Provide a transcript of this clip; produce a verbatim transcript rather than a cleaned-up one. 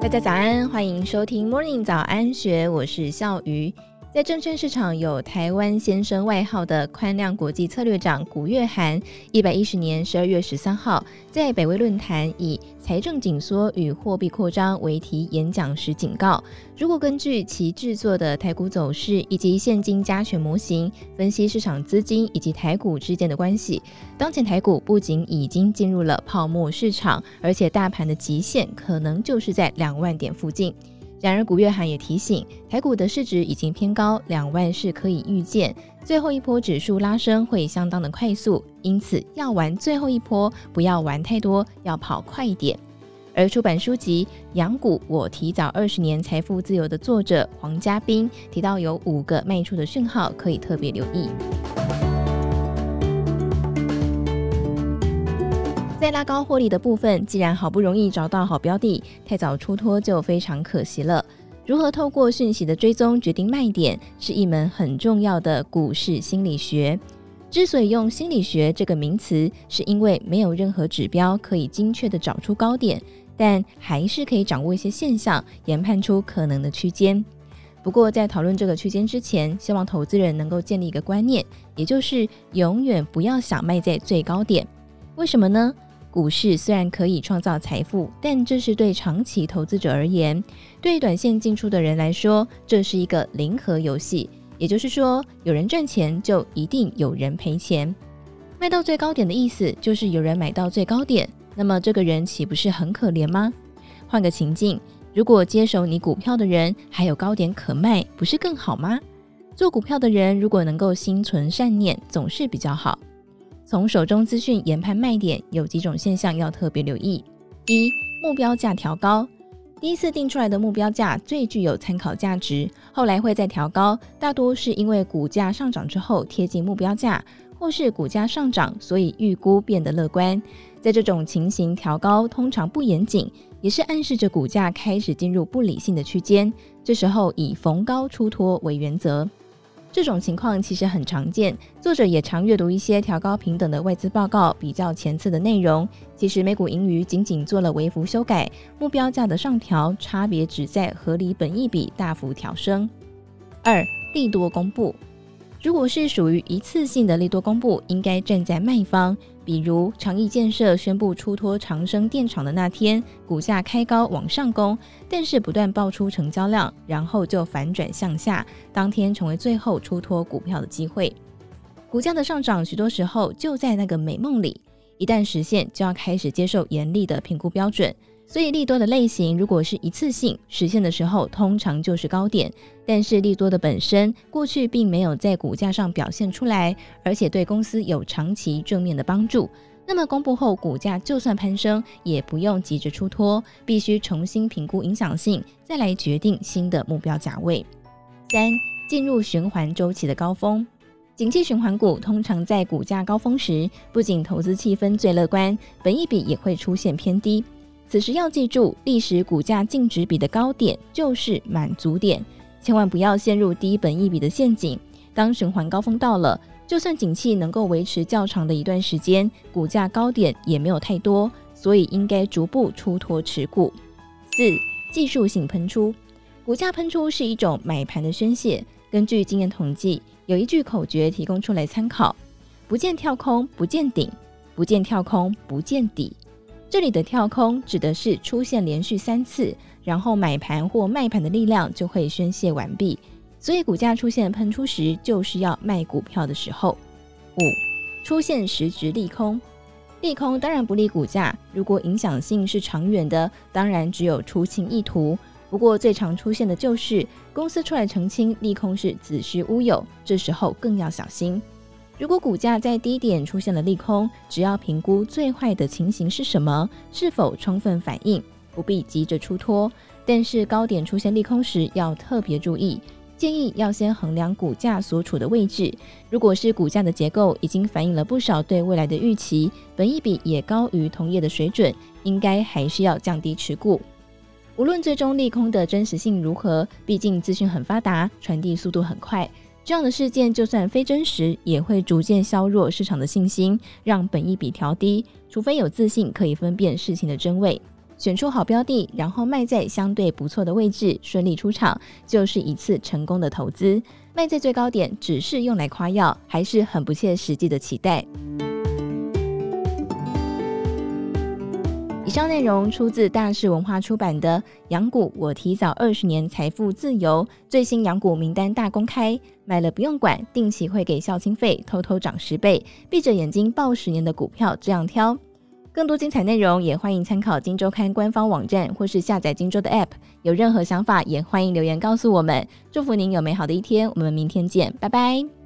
大家早安，欢迎收听 Morning 早安学，我是笑瑜。在证券市场有台湾先生外号的宽量国际策略长古月涵，一百一十年十二月十三号在北威论坛以财政紧缩与货币扩张为题演讲时警告，如果根据其制作的台股走势以及现金加权模型分析市场资金以及台股之间的关系，当前台股不仅已经进入了泡沫市场，而且大盘的极限可能就是在两万点附近。然而古月涵也提醒，台股的市值已经偏高，两万是可以预见，最后一波指数拉升会相当的快速，因此要玩最后一波，不要玩太多，要跑快一点。而出版书籍《养股我提早二十年财富自由》的作者黄家斌提到，有五个卖出的讯号可以特别留意。在拉高获利的部分，既然好不容易找到好标的，太早出脱就非常可惜了。如何透过讯息的追踪决定卖点，是一门很重要的股市心理学。之所以用心理学这个名词，是因为没有任何指标可以精确的找出高点，但还是可以掌握一些现象，研判出可能的区间。不过在讨论这个区间之前，希望投资人能够建立一个观念，也就是永远不要想卖在最高点。为什么呢？股市虽然可以创造财富，但这是对长期投资者而言，对短线进出的人来说，这是一个零和游戏，也就是说，有人赚钱就一定有人赔钱。卖到最高点的意思就是有人买到最高点，那么这个人岂不是很可怜吗？换个情境，如果接手你股票的人还有高点可卖，不是更好吗？做股票的人如果能够心存善念，总是比较好。从手中资讯研判卖点，有几种现象要特别留意。一、目标价调高。第一次定出来的目标价最具有参考价值，后来会再调高，大多是因为股价上涨之后贴近目标价，或是股价上涨，所以预估变得乐观。在这种情形调高通常不严谨，也是暗示着股价开始进入不理性的区间，这时候以逢高出脱为原则。这种情况其实很常见，作者也常阅读一些调高平等的外资报告，比较前次的内容。其实美股盈余仅仅做了微幅修改，目标价的上调差别只在合理本益比大幅调升。二、利多公布。如果是属于一次性的利多公布，应该站在卖方，比如长益建设宣布出脱长生电厂的那天，股价开高往上攻，但是不断爆出成交量，然后就反转向下，当天成为最后出脱股票的机会。股价的上涨许多时候就在那个美梦里，一旦实现就要开始接受严厉的评估标准。所以利多的类型如果是一次性实现的时候，通常就是高点，但是利多的本身过去并没有在股价上表现出来，而且对公司有长期正面的帮助，那么公布后股价就算攀升，也不用急着出脱，必须重新评估影响性，再来决定新的目标价位。三、进入循环周期的高峰。景气循环股通常在股价高峰时，不仅投资气氛最乐观，本益比也会出现偏低。此时要记住，历史股价净值比的高点就是满足点，千万不要陷入低本益比的陷阱。当循环高峰到了，就算景气能够维持较长的一段时间，股价高点也没有太多，所以应该逐步出脱持股。四、技术性喷出。股价喷出是一种买盘的宣泄，根据经验统计，有一句口诀提供出来参考：不见跳空不见顶，不见跳空不见底。这里的跳空指的是出现连续三次，然后买盘或卖盘的力量就会宣泄完毕，所以股价出现喷出时，就是要卖股票的时候。五、出现实质利空。利空当然不利股价，如果影响性是长远的，当然只有出清意图。不过最常出现的就是公司出来澄清利空是子虚乌有，这时候更要小心。如果股价在低点出现了利空，只要评估最坏的情形是什么，是否充分反应，不必急着出脱。但是高点出现利空时要特别注意，建议要先衡量股价所处的位置。如果是股价的结构已经反映了不少对未来的预期，本益比也高于同业的水准，应该还是要降低持股。无论最终利空的真实性如何，毕竟资讯很发达，传递速度很快，这样的事件就算非真实，也会逐渐削弱市场的信心，让本益比调低，除非有自信可以分辨事情的真伪。 选出好标的，然后卖在相对不错的位置，顺利出场，就是一次成功的投资。卖在最高点只是用来夸耀，还是很不切实际的期待。以上内容出自大是文化出版的《养股我提早二十年财富自由》，最新养股名单大公开，买了不用管，定期会给孝亲费，偷偷涨十倍，闭着眼睛抱十年的股票这样挑。更多精彩内容也欢迎参考今周刊官方网站或是下载今周的 App， 有任何想法也欢迎留言告诉我们。祝福您有美好的一天，我们明天见，拜拜。